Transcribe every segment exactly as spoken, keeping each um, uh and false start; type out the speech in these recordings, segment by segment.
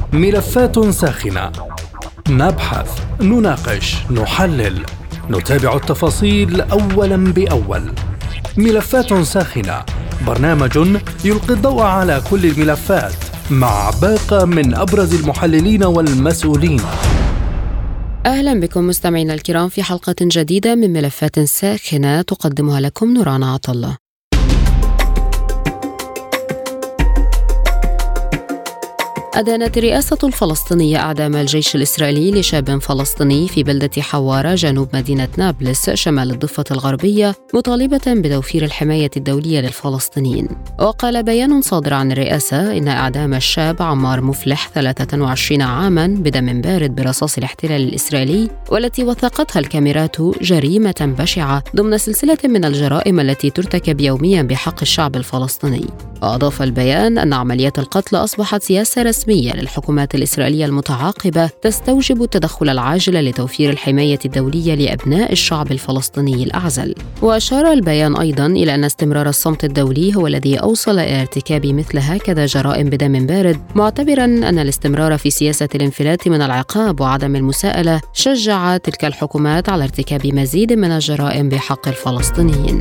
ملفات ساخنة، نبحث، نناقش، نحلل، نتابع التفاصيل أولاً بأول. ملفات ساخنة، برنامج يلقي الضوء على كل الملفات مع باقة من أبرز المحللين والمسؤولين. أهلا بكم مستمعينا الكرام في حلقة جديدة من ملفات ساخنة تقدمها لكم نوران عطلة. أدانت الرئاسة الفلسطينية أعدام الجيش الإسرائيلي لشاب فلسطيني في بلدة حوارة جنوب مدينة نابلس شمال الضفة الغربية، مطالبة بتوفير الحماية الدولية للفلسطينيين. وقال بيان صادر عن الرئاسة إن إعدام الشاب عمار مفلح ثلاثة وعشرين عاما بدم بارد برصاص الاحتلال الإسرائيلي، والتي وثقتها الكاميرات، جريمة بشعة ضمن سلسلة من الجرائم التي ترتكب يوميا بحق الشعب الفلسطيني. وأضاف البيان أن عمليات القتل أصبحت سياسة رسمية للحكومات الإسرائيلية المتعاقبة تستوجب التدخل العاجل لتوفير الحماية الدولية لأبناء الشعب الفلسطيني الأعزل. وأشار البيان أيضا إلى أن استمرار الصمت الدولي هو الذي أوصل إلى ارتكاب مثل هكذا جرائم بدم بارد، معتبرا أن الاستمرار في سياسة الانفلات من العقاب وعدم المساءلة شجع تلك الحكومات على ارتكاب مزيد من الجرائم بحق الفلسطينيين.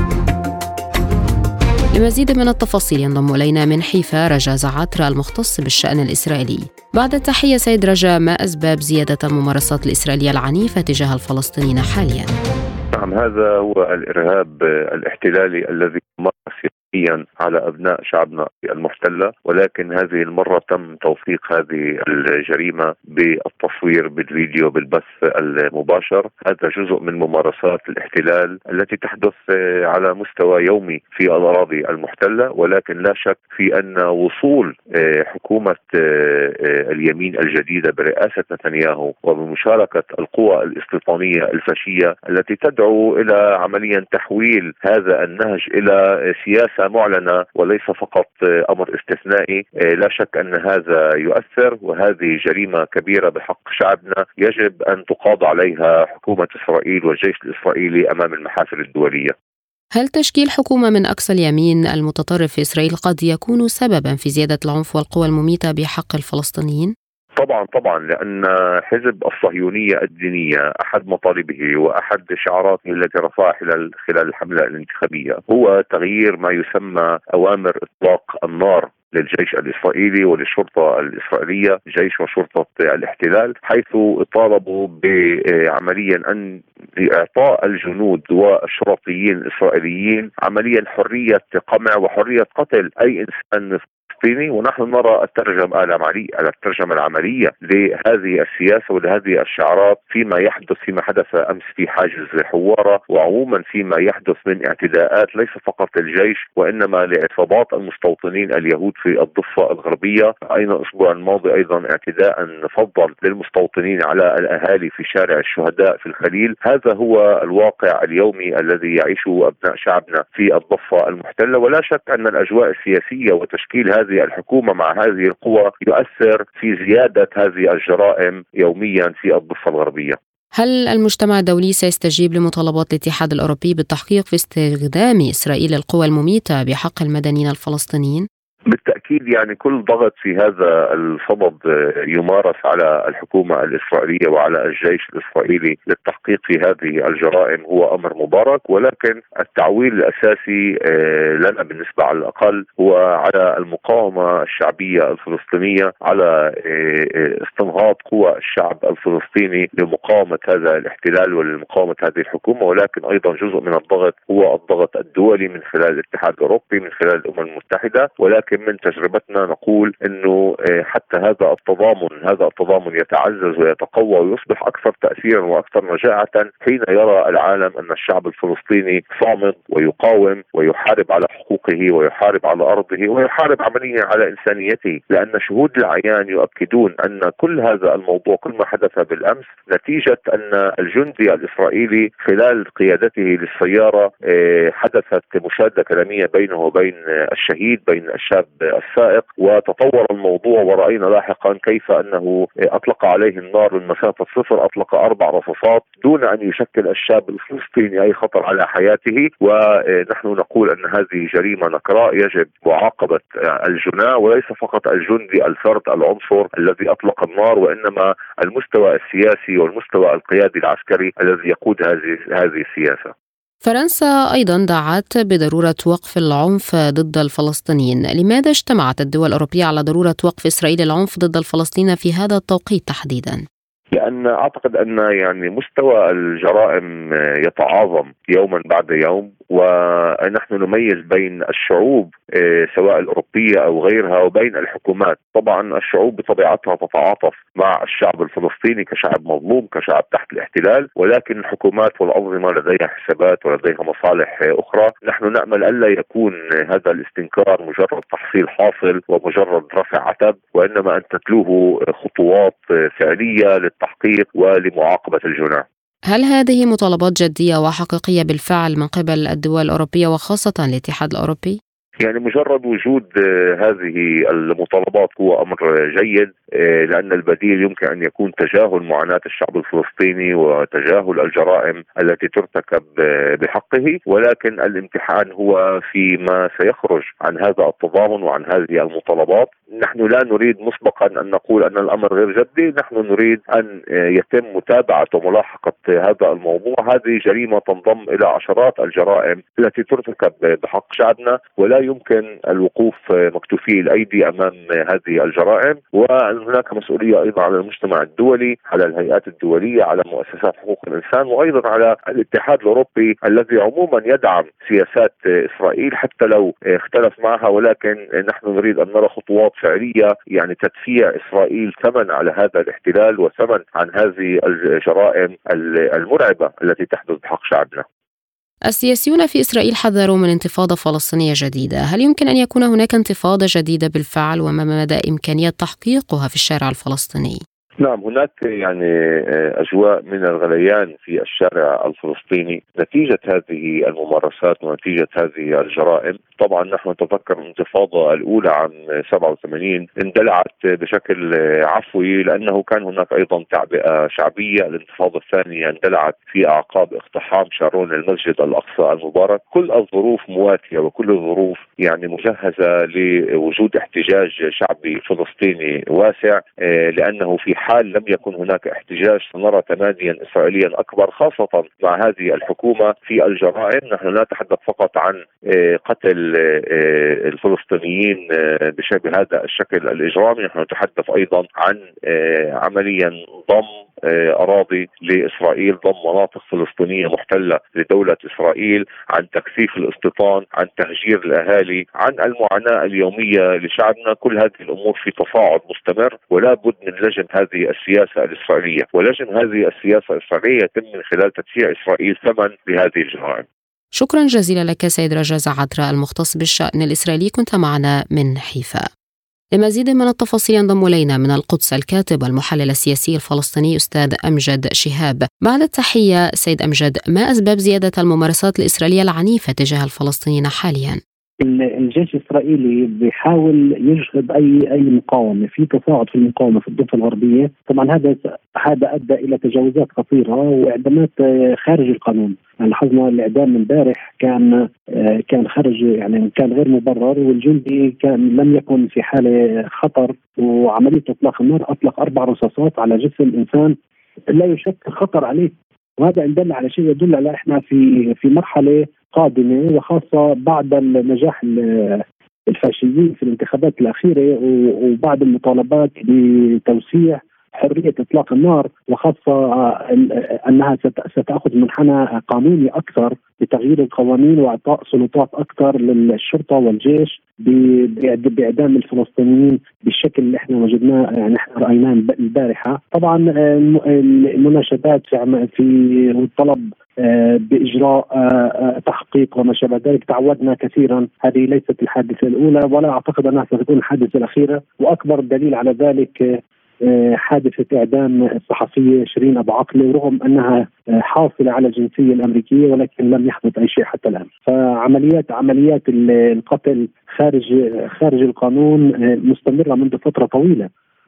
لمزيد من التفاصيل ينضم إلينا من حيفا رجا زعاترة المختص بالشأن الإسرائيلي. بعد التحية سيد رجا، ما أسباب زيادة الممارسات الإسرائيلية العنيفة تجاه الفلسطينيين حاليا؟ نعم، هذا هو الإرهاب الاحتلالي الذي مارس يوميا على أبناء شعبنا المحتلة، ولكن هذه المرة تم توثيق هذه الجريمة بالتصوير بالفيديو بالبث المباشر. هذا جزء من ممارسات الاحتلال التي تحدث على مستوى يومي في الأراضي المحتلة، ولكن لا شك في أن وصول حكومة اليمين الجديدة برئاسة نتنياهو وبمشاركة القوى الاستيطانية الفاشية التي تدعو إلى عمليا تحويل هذا النهج إلى سياسة معلنة وليس فقط أمر استثنائي، لا شك أن هذا يؤثر، وهذه جريمة كبيرة بحق شعبنا يجب أن تقاضى عليها حكومة إسرائيل والجيش الإسرائيلي أمام المحافل الدولية. هل تشكيل حكومة من أقصى اليمين المتطرف في إسرائيل قد يكون سببا في زيادة العنف والقوى المميتة بحق الفلسطينيين؟ طبعا طبعا لأن حزب الصهيونية الدينية أحد مطالبه وأحد شعاراته التي رفعها خلال خلال الحملة الانتخابية هو تغيير ما يسمى أوامر إطلاق النار للجيش الإسرائيلي وللشرطة الإسرائيلية، جيش وشرطة الاحتلال، حيث طالبوا بعمليا أن إعطاء الجنود والشرطيين الإسرائيليين عمليا حرية قمع وحرية قتل أي إنسان فلسطيني. ونحن نرى الترجمة العملية الترجمة العملية لهذه السياسة ولهذه الشعارات فيما يحدث فيما حدث أمس في حاجز حوارة، وعموما فيما يحدث من اعتداءات ليس فقط للجيش وإنما لعصابات المستوطنين اليهود في الضفة الغربية. رأينا الأسبوع الماضي أيضا اعتداء فظا للمستوطنين على الأهالي في شارع الشهداء في الخليل. هذا هو الواقع اليومي الذي يعيشه أبناء شعبنا في الضفة المحتلة، ولا شك أن الأجواء السياسية وتشكيل هذه الحكومة مع هذه القوى يؤثر في زيادة هذه الجرائم يوميا في الضفة الغربية. هل المجتمع الدولي سيستجيب لمطالبات الاتحاد الأوروبي بالتحقيق في استخدام إسرائيل القوى المميتة بحق المدنيين الفلسطينيين؟ بالتأكيد، يعني كل ضغط في هذا الصدد يمارس على الحكومة الإسرائيلية وعلى الجيش الإسرائيلي للتحقيق في هذه الجرائم هو أمر مبارك، ولكن التعويل الأساسي لنا بالنسبة على الأقل هو على المقاومة الشعبية الفلسطينية، على استنهاض قوى الشعب الفلسطيني لمقاومة هذا الاحتلال ولمقاومة هذه الحكومة. ولكن أيضا جزء من الضغط هو الضغط الدولي من خلال الاتحاد الأوروبي، من خلال الأمم المتحدة. ولكن من تجربتنا نقول انه حتى هذا التضامن هذا التضامن يتعزز ويتقوى ويصبح اكثر تأثيرا واكثر نجاعة حين يرى العالم ان الشعب الفلسطيني صامد ويقاوم ويحارب على حقوقه ويحارب على ارضه ويحارب عمليا على انسانيته. لان شهود العيان يؤكدون ان كل هذا الموضوع، كل ما حدث بالامس، نتيجة ان الجندي الاسرائيلي خلال قيادته للسيارة حدثت مشادة كلامية بينه وبين الشهيد، بين الشاب السائق، وتطور الموضوع ورأينا لاحقا كيف أنه أطلق عليه النار من مسافة صفر، أطلق أربع رصاصات دون أن يشكل الشاب الفلسطيني أي خطر على حياته. ونحن نقول أن هذه جريمة نكراء يجب معاقبة الجناة، وليس فقط الجندي الفرد العنصر الذي أطلق النار، وإنما المستوى السياسي والمستوى القيادي العسكري الذي يقود هذه هذه السياسة. فرنسا أيضا دعت بضرورة وقف العنف ضد الفلسطينيين. لماذا اجتمعت الدول الأوروبية على ضرورة وقف إسرائيل العنف ضد الفلسطينيين في هذا التوقيت تحديدا؟ لأن أعتقد أن يعني مستوى الجرائم يتعاظم يوما بعد يوم، ونحن نميز بين الشعوب سواء الأوروبية أو غيرها وبين الحكومات. طبعا الشعوب بطبيعتها تتعاطف مع الشعب الفلسطيني كشعب مظلوم، كشعب تحت الاحتلال، ولكن الحكومات والأنظمة لديها حسابات ولديها مصالح أخرى. نحن نأمل ألا يكون هذا الاستنكار مجرد تحصيل حاصل ومجرد رفع عتب، وإنما أن تتلوه خطوات فعلية للتحقيق ولمعاقبة الجناة. هل هذه مطالبات جدية وحقيقية بالفعل من قبل الدول الأوروبية وخاصة الاتحاد الأوروبي؟ يعني مجرد وجود هذه المطالبات هو أمر جيد، لأن البديل يمكن أن يكون تجاهل معاناة الشعب الفلسطيني وتجاهل الجرائم التي ترتكب بحقه، ولكن الامتحان هو فيما سيخرج عن هذا التضامن وعن هذه المطالبات. نحن لا نريد مسبقا أن نقول أن الأمر غير جدي، نحن نريد أن يتم متابعة وملاحقة هذا الموضوع. هذه جريمة تنضم إلى عشرات الجرائم التي ترتكب بحق شعبنا، ولا يمكن الوقوف مكتوفي الأيدي أمام هذه الجرائم. وهناك مسؤولية أيضا على المجتمع الدولي، على الهيئات الدولية، على مؤسسات حقوق الإنسان، وأيضا على الاتحاد الأوروبي الذي عموما يدعم سياسات إسرائيل حتى لو اختلف معها، ولكن نحن نريد أن نرى خطوات فعلية، يعني تدفيع إسرائيل ثمن على هذا الاحتلال وثمن عن هذه الجرائم المرعبة التي تحدث بحق شعبنا. السياسيون في إسرائيل حذروا من انتفاضة فلسطينية جديدة. هل يمكن أن يكون هناك انتفاضة جديدة بالفعل، وما مدى إمكانية تحقيقها في الشارع الفلسطيني؟ نعم، هناك يعني أجواء من الغليان في الشارع الفلسطيني نتيجة هذه الممارسات ونتيجة هذه الجرائم. طبعا نحن نتذكر الانتفاضة الأولى عام سبعة وثمانين اندلعت بشكل عفوي لأنه كان هناك أيضا تعبئة شعبية. الانتفاضة الثانية اندلعت في أعقاب اقتحام شارون المسجد الأقصى المبارك. كل الظروف مواتية وكل الظروف يعني مجهزة لوجود احتجاج شعبي فلسطيني واسع، لأنه في حال لم يكن هناك احتجاج سنرى تماديا إسرائيليا أكبر، خاصة مع هذه الحكومة في الجرائم. نحن لا نتحدث فقط عن قتل الفلسطينيين بشبه هذا الشكل الإجرامي، نحن نتحدث أيضا عن عمليا ضم أراضي لإسرائيل، ضم مناطق فلسطينية محتلة لدولة إسرائيل، عن تكثيف الاستيطان، عن تهجير الأهالي، عن المعاناة اليومية لشعبنا. كل هذه الأمور في تصاعد مستمر، ولا بد من لجم هذه السياسة الإسرائيلية، ولجم هذه السياسة الإسرائيلية يتم من خلال تدفيع إسرائيل ثمن لهذه الجرائم. شكرا جزيلا لك سيد رجاء زعترة المختص بالشأن الإسرائيلي، كنت معنا من حيفا. لمزيد من التفاصيل ينضم إلينا من القدس الكاتب والمحلل السياسي الفلسطيني أستاذ أمجد شهاب. بعد التحية سيد أمجد، ما أسباب زيادة الممارسات الإسرائيلية العنيفة تجاه الفلسطينيين حاليا؟ الجيش الإسرائيلي بيحاول يجهض أي أي مقاومة، في تصاعد في المقاومة في الضفة الغربية. طبعا هذا هذا أدى إلى تجاوزات خطيرة وإعدامات خارج القانون. لاحظنا الإعدام امبارح كان كان خارج، يعني كان غير مبرر، والجندي كان لم يكن في حالة خطر، وعملية إطلاق النار أطلق أربع رصاصات على جسم إنسان لا يشكل خطر عليه. وهذا إن دل على شيء يدل على إحنا في في مرحلة قادمة، وخاصة بعد النجاح الفاشيين في الانتخابات الأخيرة وبعد المطالبات بتوسيع حرية إطلاق النار، وخاصة أنها ستأخذ منحنى قانوني أكثر بتغيير القوانين وإعطاء سلطات أكثر للشرطة والجيش بإعدام الفلسطينيين بالشكل اللي احنا وجدناه، يعني احنا رأيناه البارحة. طبعا المناشدات في والطلب بإجراء تحقيق وما شابه ذلك تعودنا كثيرا. هذه ليست الحادثة الأولى ولا أعتقد أنها ستكون الحادثة الأخيرة، وأكبر دليل على ذلك حادثة إعدام الصحفية شيرين أبو عقلة رغم أنها حاصلة على الجنسية الأمريكية، ولكن لم يحدث أي شيء حتى الآن. فعمليات عمليات القتل خارج خارج القانون مستمرة منذ فترة طويلة،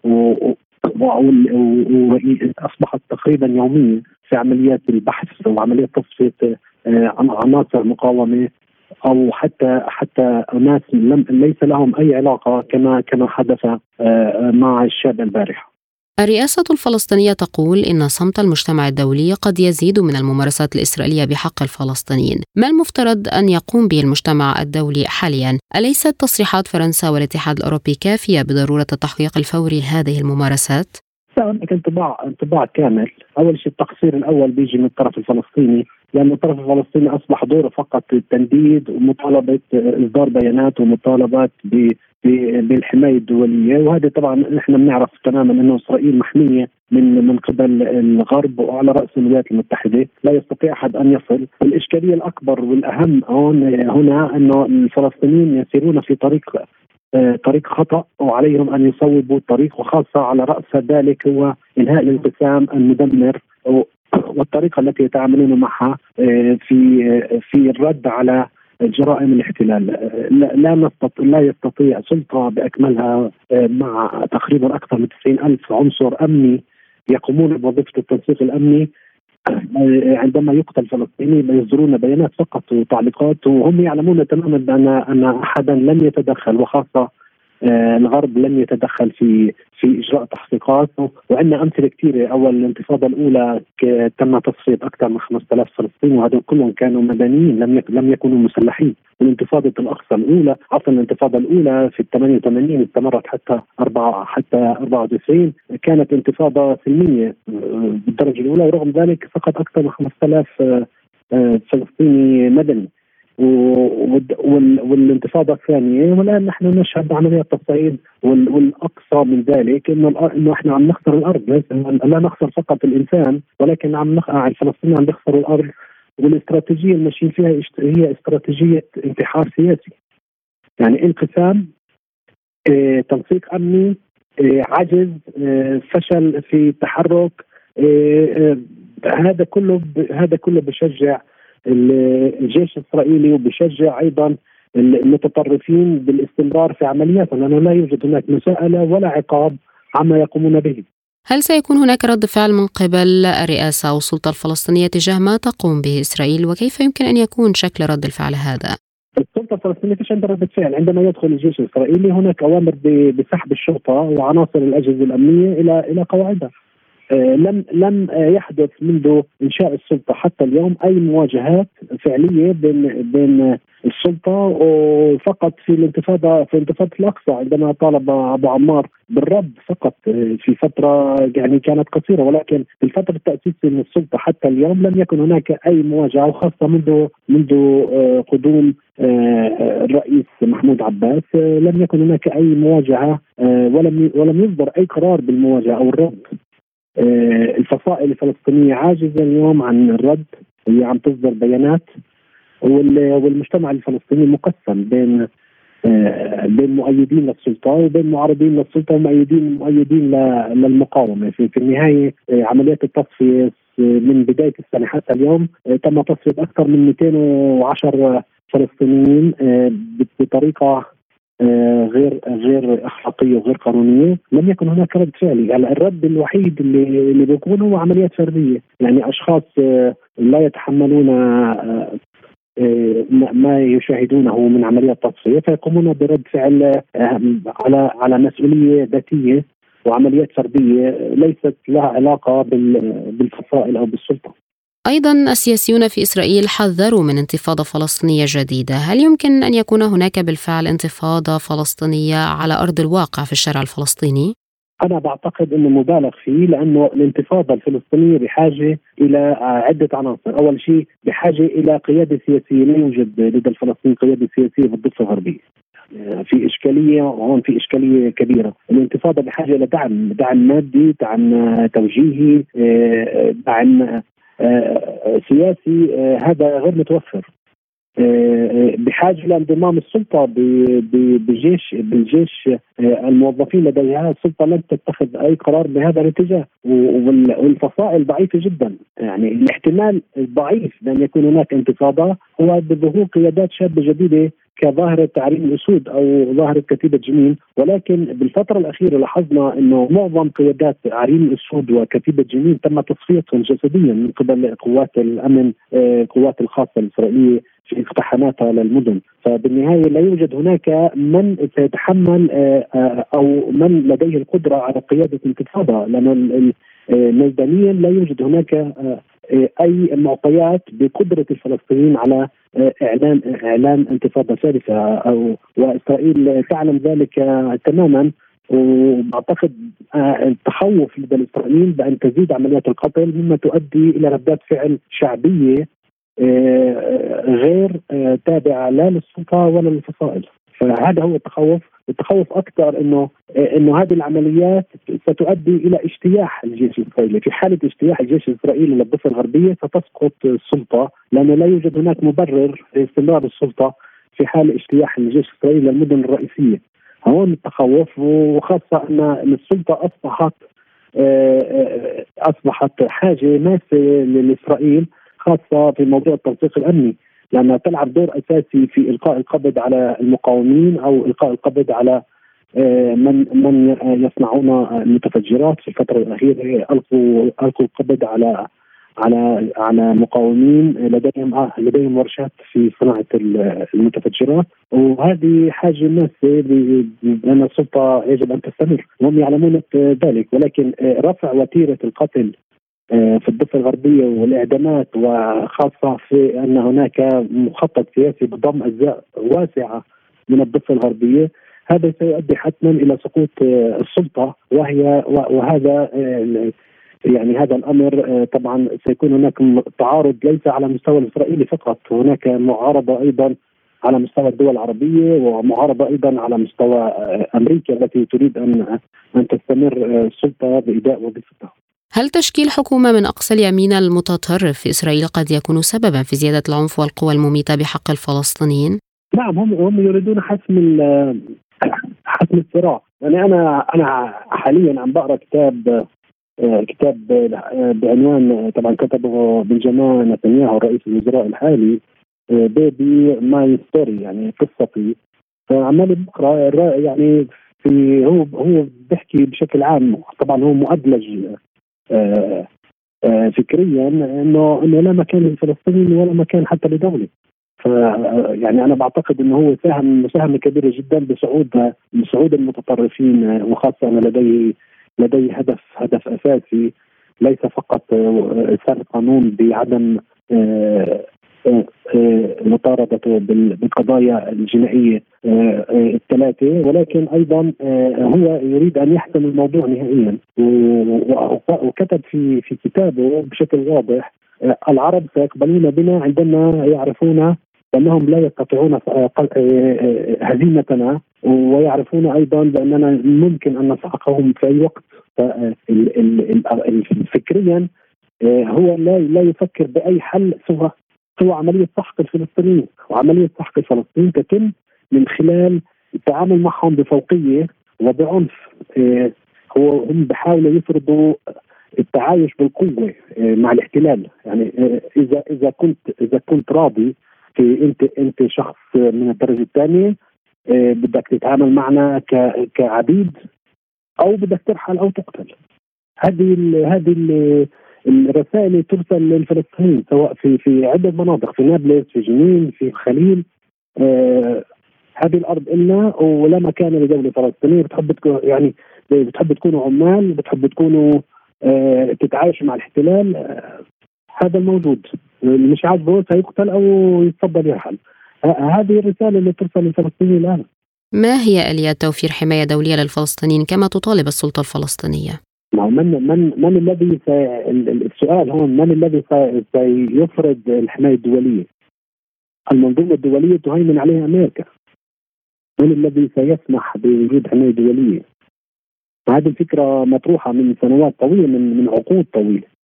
وأصبحت تقريبا يوميا في عمليات البحث وعمليات تصفية عناصر مقاومة أو حتى حتى ناس لم ليس لهم أي علاقة كما كما حدث مع الشاب البارحة. الرئاسة الفلسطينية تقول إن صمت المجتمع الدولي قد يزيد من الممارسات الإسرائيلية بحق الفلسطينيين. ما المفترض أن يقوم به المجتمع الدولي حاليا؟ أليست تصريحات فرنسا والاتحاد الأوروبي كافية بضرورة التحقيق الفوري لهذه الممارسات؟ هناك انطباع انطباع كامل. أول شيء التقصير الأول بيجي من الطرف الفلسطيني، لأن الطرف الفلسطيني أصبح دوره فقط التنديد ومطالبة إصدار بيانات ومطالبات بالحماية الدولية، وهذا طبعا نحن بنعرف تماما أنه إسرائيل محمية من من قبل الغرب وعلى رأس الولايات المتحدة، لا يستطيع أحد أن يصل. الإشكالية الأكبر والأهم هون هنا أنه الفلسطينيين يسيرون في طريق طريق خطأ، وعليهم أن يصوبوا الطريق، وخاصة على رأس ذلك هو إنهاء الانقسام المدمر والطريقة التي يتعاملون معها في في الرد على جرائم الاحتلال. لا نستطيع لا يستطيع سلطة بأكملها مع تقريبا أكثر من تسعين ألف عنصر أمني يقومون بوظيفة التنسيق الأمني، عندما يقتل فلسطيني يصدرون بيانات فقط وتعليقات، وهم يعلمون تماما بأن أن أحدا لن يتدخل، وخاصة الغرب لن يتدخل في في إجراء تحقيقات. وعندنا أمثلة كثيرة. أول الانتفاضة الأولى تم تصفية أكثر من خمسة آلاف فلسطيني، وهذول كلهم كانوا مدنيين لم لم يكونوا مسلحين. والانتفاضة الأقصى الأولى عفوا الانتفاضة الأولى في ثمانية وثمانين استمرت حتى أربعة حتى أربعة وتسعين، كانت انتفاضة سلمية بالدرجة الأولى، ورغم ذلك سقط أكثر من خمسة آلاف فلسطيني مدني. والانتفاضة الثانية، والآن نحن نشهد عمليات تصعيد، والأقصى من ذلك إنه إنه إحنا عم نخسر الأرض، لا نخسر فقط الإنسان ولكن عم نخسر الفلسطينيين، عم نخسر الأرض. والاستراتيجية اللي ماشيين فيها هي استراتيجية انتحار سياسي، يعني انقسام، اه تنسيق أمني، اه عجز، اه فشل في التحرك. اه اه هذا كله هذا كله بشجع الجيش الإسرائيلي وبشجع أيضا المتطرفين بالاستمرار في عملياتهم، لأنه لا يوجد هناك مساءلة ولا عقاب عما يقومون به. هل سيكون هناك رد فعل من قبل الرئاسة أو السلطة الفلسطينية تجاه ما تقوم به إسرائيل، وكيف يمكن أن يكون شكل رد الفعل هذا؟ السلطة الفلسطينية فيش عندها ردة فعل. عندما يدخل الجيش الإسرائيلي هناك أوامر بسحب الشرطة وعناصر الأجهزة الأمنية إلى إلى قواعدها. لم لم يحدث منذ إنشاء السلطة حتى اليوم أي مواجهات فعلية بين بين السلطة، وفقط في الانتفاضة في انتفاضة الأقصى عندما طالب أبو عمار بالرد فقط في فترة يعني كانت قصيرة، ولكن في الفترة التأسيسية من السلطة حتى اليوم لم يكن هناك أي مواجهة، وخاصة منذ منذ قدوم الرئيس محمود عباس لم يكن هناك أي مواجهة، ولم ولم يصدر أي قرار بالمواجهة أو الرد. الفصائل الفلسطينية عاجزة اليوم عن الرد، هي عم تصدر بيانات، والمجتمع الفلسطيني مقسم بين بين مؤيدين للسلطة وبين معارضين للسلطة ومؤيدين مؤيدين للمقاومة. في النهاية عمليات التصفية من بداية السنة حتى اليوم تم تصفية أكثر من مئتين وعشرة فلسطينيين بطريقة غير غير اخلاقيه وغير قانونيه. لم يكن هناك رد فعلي. هلا الرد الوحيد اللي اللي بيكون هو عمليات فرديه، يعني اشخاص لا يتحملون ما يشاهدونه من عمليات تصفيه فيقومون برد فعل على على مسؤوليه ذاتيه وعمليات فرديه ليست لها علاقه بالفصائل او بالسلطه. أيضاً السياسيون في إسرائيل حذروا من انتفاضة فلسطينية جديدة. هل يمكن أن يكون هناك بالفعل انتفاضة فلسطينية على أرض الواقع في الشارع الفلسطيني؟ أنا بعتقد أنه مبالغ فيه، لأنه الانتفاضة الفلسطينية بحاجة إلى عدة عناصر. أول شيء بحاجة إلى قيادة سياسية، لا يوجد لدى الفلسطينيين قيادة سياسية في الضفة الغربية. في إشكالية هون، في إشكالية كبيرة. الانتفاضة بحاجة إلى دعم دعم مادي، دعم توجيهي، دعم سياسي، هذا غير متوفر. بحاجه لانضمام السلطه بجيش بالجيش الموظفين لديها. السلطه لم تتخذ اي قرار بهذا الاتجاه، والفصائل ضعيفه جدا. يعني الاحتمال الضعيف بان يكون هناك انتفاضه هو بظهور قيادات شابه جديده كظاهره تعريم الاسود او ظاهره كتيبه جنين. ولكن بالفتره الاخيره لاحظنا انه معظم قيادات عريم الاسود وكتيبه جنين تم تصفيتهم جسديا من قبل قوات الامن، القوات الخاصه الاسرائيليه في اقتحاماتها للمدن. فبالنهايه لا يوجد هناك من سيتحمل او من لديه القدره على قياده انتفاضه، لان ميدانيا لا يوجد هناك اي معطيات بقدره الفلسطينيين على اعلان اعلان انتفاضه ثالثه، او واسرائيل تعلم ذلك تماما. واعتقد التخوف لدى الاسرائيليين بان تزيد عمليات القتل مما تؤدي الى ردات فعل شعبيه غير تابعه لا للسلطه ولا للفصائل. فهذا هو التخوف. التخوف اكثر انه انه هذه العمليات ستؤدي الى اجتياح الجيش الاسرائيلي. في حاله اجتياح الجيش الاسرائيلي للضفه الغربيه ستسقط السلطه، لانه لا يوجد هناك مبرر لاستمرار السلطه في حال اجتياح الجيش الاسرائيلي للمدن الرئيسيه. هون التخوف، وخاصه ان السلطه اصبحت اصبحت حاجه ماسه لاسرائيل، خاصه في موضوع التنسيق الامني، لأنها تلعب دور أساسي في إلقاء القبض على المقاومين أو إلقاء القبض على من من يصنعون المتفجرات. في الفترة الأخيرة ألقوا ألقوا القبض على على على مقاومين لديهم لديهم ورشات في صناعة المتفجرات، وهذه حاجة ماسة لأن السلطة يجب أن تستمر، وهم يعلمون ذلك. ولكن رفع وتيرة القتل في الضفة الغربية والإعدامات، وخاصة في أن هناك مخطط سياسي بضم أجزاء واسعة من الضفة الغربية، هذا سيؤدي حتما إلى سقوط السلطة. وهي وهذا يعني هذا الأمر طبعا سيكون هناك تعارض ليس على مستوى الإسرائيلي فقط، هناك معارضة أيضا على مستوى الدول العربية، ومعارضة أيضا على مستوى أمريكا التي تريد أن أن تستمر السلطة بإداء وظيفتها. هل تشكيل حكومة من أقصى اليمين المتطرف في إسرائيل قد يكون سببا في زيادة العنف والقوى المميتة بحق الفلسطينيين؟ نعم، هم هم يريدون حسم حسم الصراع. يعني أنا أنا حاليا عم بقرأ كتاب كتاب بعنوان طبعا كتبه بنجامين نتنياهو رئيس الوزراء الحالي، بيبي ماي ستوري، يعني قصتي. فعمال بقرأ يعني في هو هو بيحكي بشكل عام. طبعا هو مؤدلج آه آه فكريا انه انه لا مكان للفلسطينيين ولا مكان حتى لدوله. ف يعني انا بعتقد انه هو ساهم مساهمه كبيره جدا بصعود بصعود المتطرفين، وخاصه أن لديه لديه هدف هدف اساسي، ليس فقط إرسال القانون بعدم آه مطاردته بالقضايا الجنائيه الثلاثه، ولكن ايضا هو يريد ان يحسم الموضوع نهائيا. وكتب في في كتابه بشكل واضح: العرب سيقبلون بنا عندما يعرفون انهم لا يستطيعون هزيمتنا، ويعرفون ايضا باننا ممكن ان نسحقهم في اي وقت. فكريا هو لا لا يفكر باي حل سوى هو عملية سحق الفلسطينيين، وعملية سحق الفلسطينيين تتم من خلال التعامل معهم بفوقية وبعنف. هو هم بحاولوا يفرضوا التعايش بالقوة مع الاحتلال. يعني إذا إذا كنت إذا كنت راضي في أنت أنت شخص من الدرجة الثانية، بدك تتعامل معنا كعبيد، أو بدك ترحل أو تقتل. هذه ال هذه ال الرسائل ترسل للفلسطينيين سواء في في عدة مناطق، في نابلس، في جنين، في الخليل. آه هذه الارض إلنا ولا مكان لدولة فلسطينية. بتحب تكون يعني بتحب تكونوا عمال، بتحب تكونوا آه تتعايشوا مع الاحتلال. آه هذا الموجود، اللي مش عاجبه سيقتل او يتفضل يرحل. هذه الرسالة اللي ترسل للفلسطينيين الآن. ما هي آليات توفير حماية دولية للفلسطينيين كما تطالب السلطة الفلسطينية؟ من من من الذي سي... السؤال هون من الذي سي... سيفرض الحماية الدولية؟ المنظومة الدولية تهيمن عليها أمريكا. من الذي سيسمح بوجود حماية دولية؟ هذه الفكرة مطروحة من سنوات طويلة، من من عقود طويلة.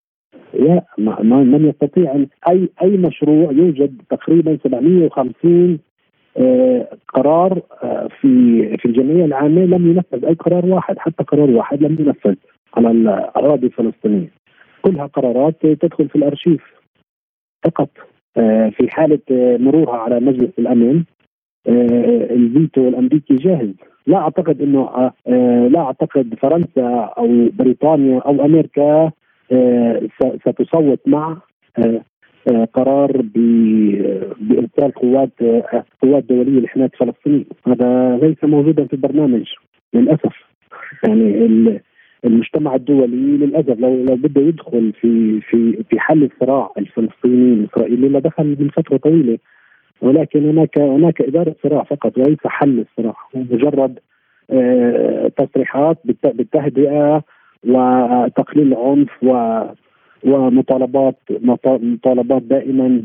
لا، من يستطيع أن أي أي مشروع يوجد تقريبا سبعمئة وخمسين آه قرار آه في في الجمعية العامة لم ينفذ أي قرار واحد، حتى قرار واحد لم ينفذ على الأراضي الفلسطينية. كلها قرارات تدخل في الأرشيف فقط. آه في حالة آه مرورها على مجلس الأمن آه الفيتو الأمريكي جاهز. لا أعتقد أنه آه لا أعتقد فرنسا أو بريطانيا أو أمريكا آه ستصوت مع آه آه قرار بإرسال قوات آه قوات دولية لحماية فلسطين. هذا ليس موجودا في البرنامج للأسف. يعني المجتمع الدولي للأسف لو لو بده يدخل في في في حل الصراع الفلسطيني الإسرائيلي لدخل من فترة طويلة، ولكن هناك هناك إدارة صراع فقط وليس حل الصراع، مجرد آه تصريحات بالتهدئة وتقليل العنف و ومطالبات مطالبات دائما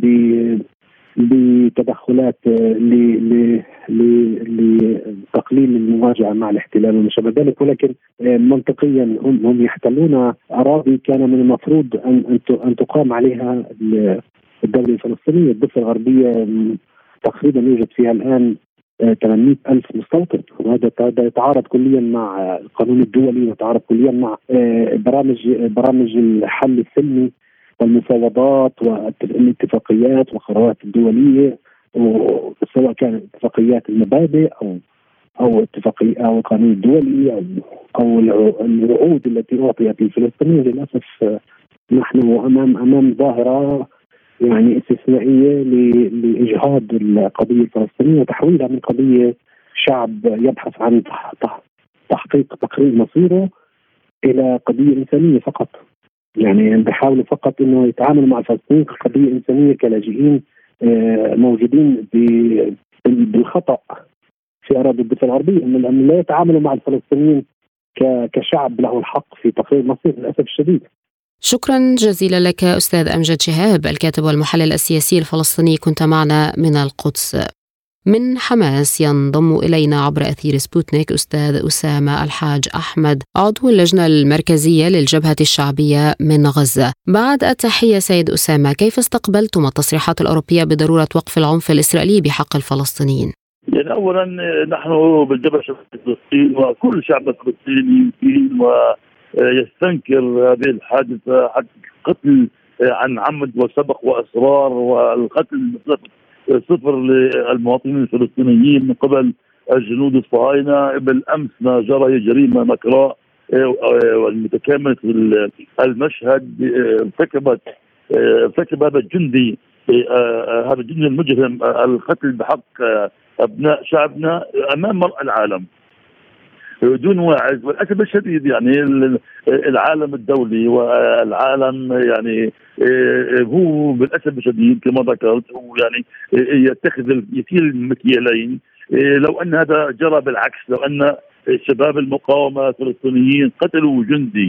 بتدخلات لتقليل المواجهه مع الاحتلال وما شابه ذلك. ولكن منطقيا هم هم يحتلون اراضي كان من المفروض ان ان تقام عليها الدوله الفلسطينيه. الضفه الغربيه تقريبا يوجد فيها الان ثمانمئة ألف مستوطن، وهذا يتعارض كليا مع القانون الدولي ويتعارض كليا مع برامج برامج الحل السلمي والمفاوضات والاتفاقيات والقرارات الدوليه، سواء كانت اتفاقيات المبادئ او او اتفاقيه او القانون الدولي او او الوعود التي اعطيت للفلسطينيين. للاسف نحن امام امام ظاهره يعني استثنائيه لاجهاض القضيه الفلسطينيه وتحويلها من قضيه شعب يبحث عن تحقيق تقرير مصيره الى قضيه انسانيه فقط. يعني بيحاولوا فقط انه يتعاملوا مع الفلسطينيين كقضيه انسانيه كلاجئين موجودين بالخطا في اراضي الضفه الغربيه، من لا يتعاملوا مع الفلسطينيين كشعب له الحق في تقرير مصير للاسف الشديد. شكرا جزيلا لك أستاذ أمجد شهاب الكاتب والمحلل السياسي الفلسطيني، كنت معنا من القدس. من حماس ينضم إلينا عبر أثير سبوتنيك أستاذ أسامة الحاج أحمد عضو اللجنة المركزية للجبهة الشعبية من غزة. بعد التحية سيد أسامة، كيف استقبلتم التصريحات الأوروبية بضرورة وقف العنف الإسرائيلي بحق الفلسطينيين؟ يعني أولا نحن بالجبهة الشعبية فلسطين وكل شعب فلسطيني يمكن ويستنكر هذه الحادثة، قتل عن عمد وسبق وإصرار والقتل صفر للمواطنين الفلسطينيين من قبل الجنود الصهاينة. بالأمس ما جرى جريمة نكراء والمتكاملة في المشهد، ارتكبت ارتكب هذا الجندي هذا الجندي المجرم القتل بحق أبناء شعبنا أمام مرأى العالم دون وعي. والأسف الشديد يعني العالم الدولي والعالم يعني هو بالأسف الشديد كما ذكرت هو يعني يتخذ يثير المكيالين. لو أن هذا جرى بالعكس، لو أن شباب المقاومة الفلسطينيين قتلوا جندي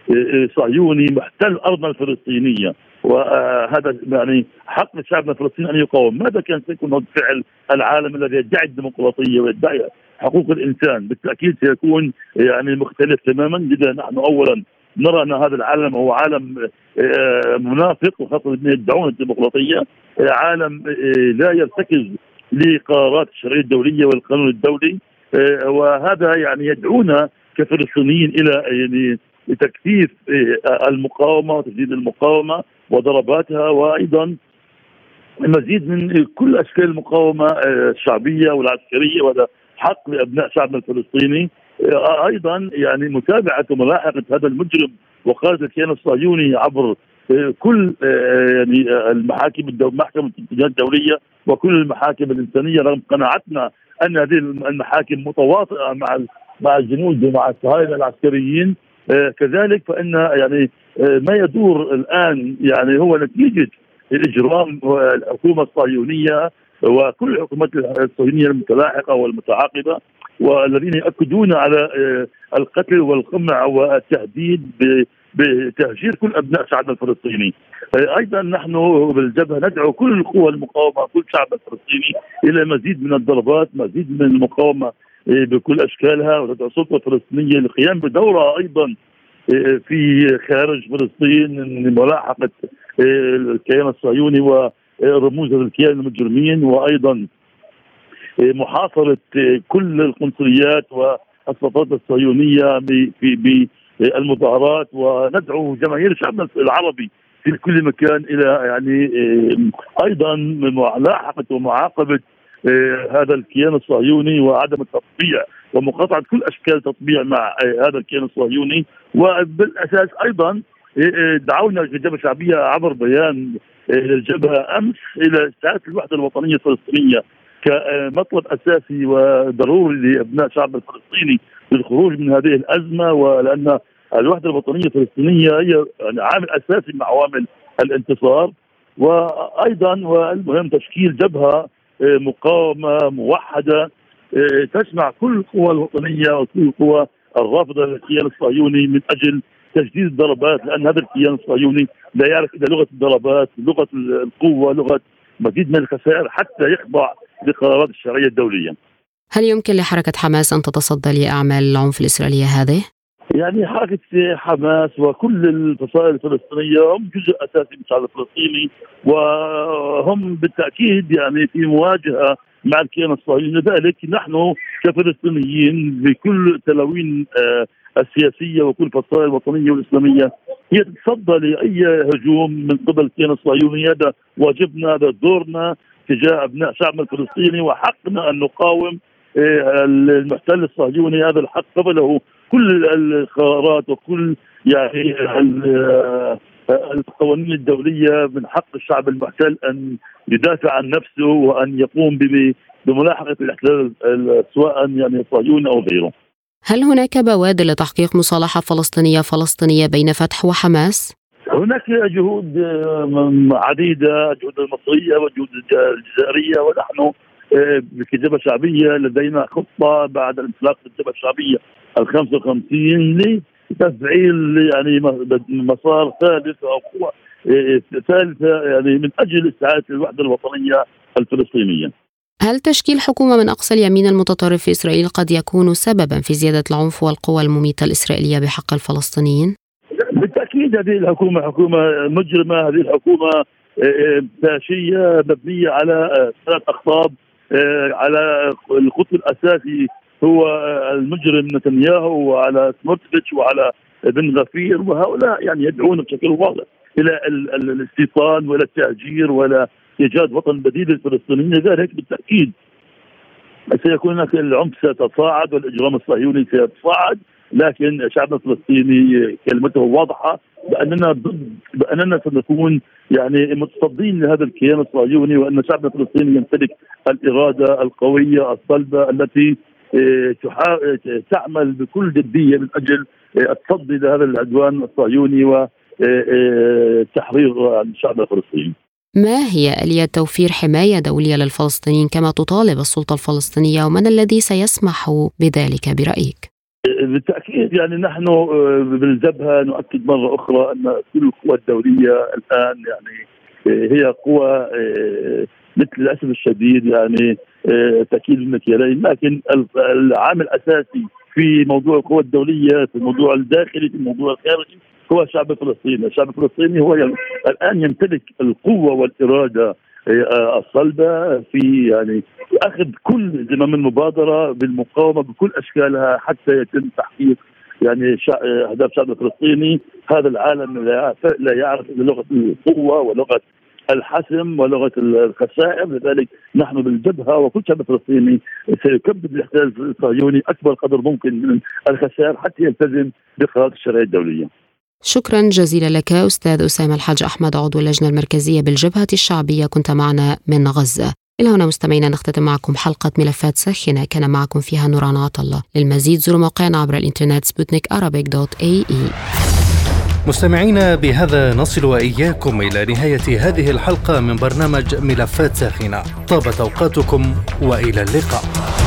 صهيوني محتل أرضنا الفلسطينية، وهذا يعني حق شعبنا الفلسطيني أن يقاوم، ماذا كان سيكون رد فعل العالم الذي يدعي الديمقراطية ويدعي حقوق الإنسان؟ بالتأكيد سيكون يعني مختلف تماما. لذا نحن أولا نرى أن هذا العالم هو عالم منافق، وخاصة يدعون الديمقراطية، عالم لا يرتكز لقرارات الشرعية الدولية والقانون الدولي، وهذا يعني يدعونا كفلسطينيين إلى يعني لتكثيف المقاومة وتجديد المقاومة وضرباتها، وأيضا المزيد من كل أشكال المقاومة الشعبية والعسكرية، وهذا حق لأبناء شعبنا الفلسطيني. أيضا يعني متابعة وملاحقة هذا المجرم وقادة الكيان الصهيوني عبر كل يعني المحاكم محكمة الاتجاه الدولية وكل المحاكم الإنسانية، رغم قناعتنا أن هذه المحاكم متواطئة مع مع الجنود ومع الصهاينة العسكريين. كذلك فإن يعني ما يدور الآن يعني هو نتيجة الإجرام الحكومة الصهيونية وكل الحكومات الصهيونية المتلاحقة والمتعاقبة، والذين يؤكدون على القتل والقمع والتهديد بتهجير كل أبناء شعبنا الفلسطيني. أيضا نحن بالجبهة ندعو كل القوى المقاومة كل شعب الفلسطيني إلى مزيد من الضربات، مزيد من المقاومة بكل أشكالها، وندعو السلطة الفلسطينية للقيام بدورها أيضا في خارج فلسطين ملاحقة الكيان الصهيوني ورموز الكيان المجرمين، وأيضا محاصرة كل القنصليات والسلطات الصهيونية بالمظاهرات، وندعو جماهير الشعب العربي في كل مكان إلى يعني أيضا ملاحقة ومعاقبة هذا الكيان الصهيوني وعدم التطبيع ومقاطعة كل أشكال تطبيع مع هذا الكيان الصهيوني. وبالأساس أيضا دعونا الجبهة الشعبية عبر بيان للجبهة أمس إلى استعادة الوحدة الوطنية الفلسطينية كمطلب أساسي وضروري لأبناء الشعب الفلسطيني للخروج من هذه الأزمة، ولأن الوحدة الوطنية الفلسطينية هي عامل أساسي من عوامل الانتصار. وأيضا والمهم تشكيل جبهة مقاومة موحدة تجمع كل القوى الوطنية وكل القوى الرافضة للكيان الصهيوني من أجل تجديد الضربات، لأن هذا الكيان الصهيوني لا يعرف إلا لغة الضربات، لغة القوة، لغة مزيد من الخسائر حتى يخضع لقرارات الشرعية الدولية. هل يمكن لحركة حماس أن تتصدى لأعمال العنف الإسرائيلية هذه؟ يعني حركة حماس وكل الفصائل الفلسطينية هم جزء أساسي من الشعب الفلسطيني، وهم بالتأكيد يعني في مواجهة مع الكيان الصهيوني. لذلك نحن كفلسطينيين بكل التلاوين السياسية وكل الفصائل الوطنية والإسلامية هي تتصدى لأي هجوم من قبل الكيان الصهيوني. هذا واجبنا، هذا دورنا تجاه أبناء شعبنا الفلسطيني، وحقنا أن نقاوم المحتل الصهيوني. هذا الحق قبله كل القرارات وكل يعني القوانين الدولية. من حق الشعب المحتل أن يدافع عن نفسه وأن يقوم بملاحقة الاحتلال سواء يعني الصهيوني أو غيره. هل هناك بوادر لتحقيق مصالحة فلسطينية فلسطينية بين فتح وحماس؟ هناك جهود عديدة، جهود المصرية وجهود الجزائرية، ونحن كجبهة شعبية لدينا خطة بعد انطلاق الجبهة الشعبية الخمسة وخمسين لتفعيل يعني مسار ثالث أو قوة ثالثة يعني من أجل استعادة الوحدة الوطنية الفلسطينية. هل تشكيل حكومة من أقصى اليمين المتطرف في إسرائيل قد يكون سببا في زيادة العنف والقوى المميتة الإسرائيلية بحق الفلسطينيين؟ بالتأكيد هذه الحكومة حكومة مجرمة، هذه الحكومة فاشية مبنية على ثلاث أقطاب. على القطب الأساسي هو المجرم نتنياهو، وعلى سموتريتش، وعلى بن غفير، وهؤلاء يعني يدعون بشكل واضح إلى الاستيطان وإلى التهجير وإلى إيجاد وطن بديل للفلسطينيين. لذلك بالتأكيد سيكون هناك العنف سيتصاعد والإجرام الصهيوني سيتصاعد، لكن شعبنا الفلسطيني كلمته واضحة بأننا ضد بأننا سنكون يعني متصدين لهذا الكيان الصهيوني، وأن شعبنا الفلسطيني يمتلك الإرادة القوية الصلبة التي تعمل بكل جدية من أجل التصدي لهذا العدوان الصهيوني وتحرير الشعب الفلسطيني. ما هي آلية توفير حماية دولية للفلسطينيين كما تطالب السلطة الفلسطينية، ومن الذي سيسمح بذلك برأيك؟ بالتأكيد يعني نحن بالجبهة نؤكد مرة أخرى أن كل القوى الدولية الآن يعني هي قوى مثل الأسف الشديد يعني تأكيد المكيالين، لكن العامل الأساسي في موضوع القوى الدولية في الموضوع الداخلي في الموضوع الخارجي هو الشعب الفلسطيني. الشعب الفلسطيني هو الآن يمتلك القوة والإرادة الصلبة في يعني أخذ كل زمام المبادرة بالمقاومة بكل أشكالها حتى يتم تحقيق يعني أهداف الشعب الفلسطيني. هذا العالم لا يعرف إلا لغة القوة ولغة الحسم ولغة الخسائر. لذلك نحن بالجبهة وكل شعب فلسطيني سيكبد الاحتلال الصهيوني أكبر قدر ممكن من الخسائر حتى يلتزم بقرارات الشرعية الدولية. شكرا جزيلا لك أستاذ أسامة الحاج أحمد، عضو اللجنة المركزية بالجبهة الشعبية، كنت معنا من غزة. إلى هنا مستمعينا نختتم معكم حلقة ملفات ساخنة كان معكم فيها نوران عطلة. للمزيد زوروا موقعنا عبر الإنترنت سبوتنيك أرابيك دوت إي إي. مستمعينا بهذا نصل وإياكم إلى نهاية هذه الحلقة من برنامج ملفات ساخنة. طابت أوقاتكم وإلى اللقاء.